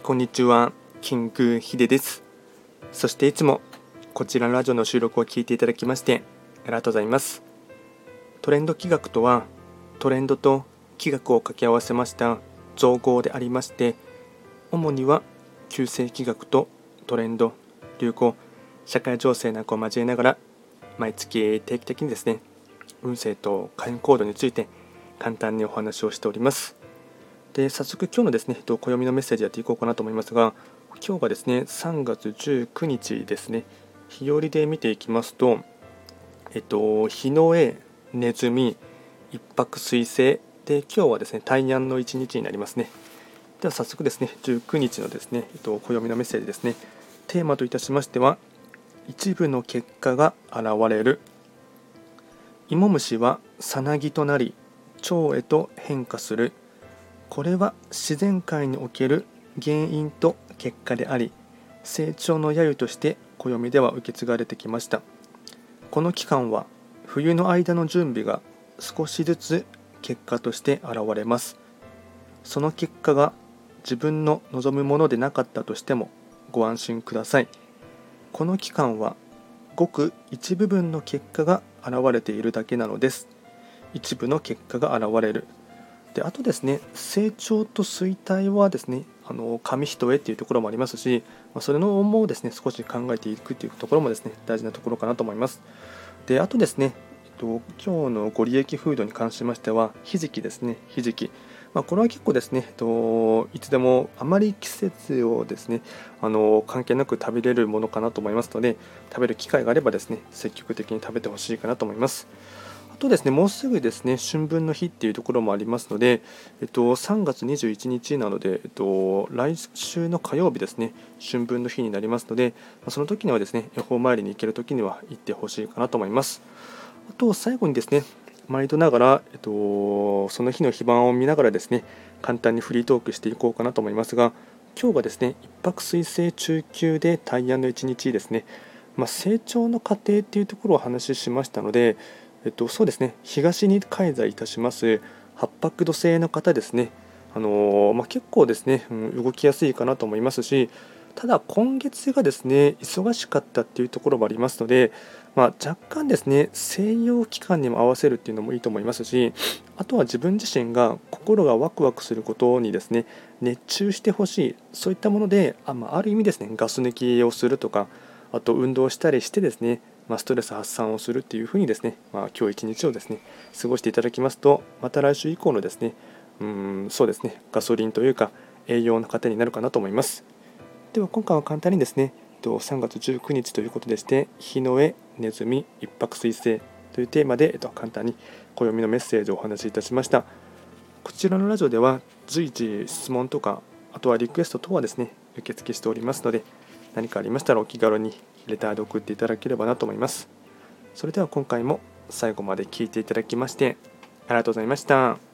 こんにちは、キングヒデです。そしていつもこちらのラジオの収録を聞いていただきましてありがとうございます。トレンド企画とは、トレンドと企画を掛け合わせました造語でありまして、主には旧世企画とトレンド、流行、社会情勢なんかを交えながら、毎月定期的にですね、運勢と開運行動について簡単にお話をしております。で、早速今日のですね、暦のメッセージやっていこうかなと思いますが、今日がですね、3月19日ですね。日和で見ていきますと、日の絵、ネズミ、一泊水星で、今日はですね、大安の一日になりますね。では早速ですね、19日のですね、暦のメッセージですね。テーマといたしましては、一部の結果が現れる。芋虫はさなぎとなり、蝶へと変化する。これは自然界における原因と結果であり、成長の揶揄として暦では受け継がれてきました。この期間は冬の間の準備が少しずつ結果として現れます。その結果が自分の望むものでなかったとしてもご安心ください。この期間はごく一部分の結果が現れているだけなのです。一部の結果が現れる。で、あとですね、成長と衰退はですね、紙一重っていうところもありますし、それのもですね、少し考えていくというところもですね、大事なところかなと思います。で、あとですね、今日のご利益フードに関しましては、ひじきですね、ひじき。これは結構ですね、いつでもあまり季節をですね、関係なく食べれるものかなと思いますので、食べる機会があればですね、積極的に食べてほしいかなと思います。あとですね、もうすぐですね、春分の日っていうところもありますので、3月21日なので、来週の火曜日ですね、春分の日になりますので、その時にはですね、恵方参りに行ける時には行ってほしいかなと思います。あと最後にですね、毎度ながら、その日の非番を見ながらですね、簡単にフリートークしていこうかなと思いますが、今日がですね、一泊水星中級で大安の一日ですね、成長の過程っていうところをお話ししましたので、そうですね、東に開催いたします八白土星の方ですね、結構ですね、動きやすいかなと思いますし、ただ今月がですね、忙しかったっていうところもありますので、若干ですね、静養期間にも合わせるっていうのもいいと思いますし、あとは自分自身が心がワクワクすることにですね、熱中してほしい、そういったもので、ある意味ですね、ガス抜きをするとか、あと運動したりしてですね、ストレス発散をするっていうふうにですね、今日一日をですね、過ごしていただきますと、また来週以降のですね、そうですね、ガソリンというか栄養の糧になるかなと思います。では今回は簡単にですね、3月19日ということでして、日の絵、ネズミ、一泊水星というテーマで、簡単に暦のメッセージをお話しいたしました。こちらのラジオでは随時質問とか、あとはリクエスト等はですね、受付しておりますので、何かありましたらお気軽にレターで送っていただければなと思います。それでは今回も最後まで聞いていただきましてありがとうございました。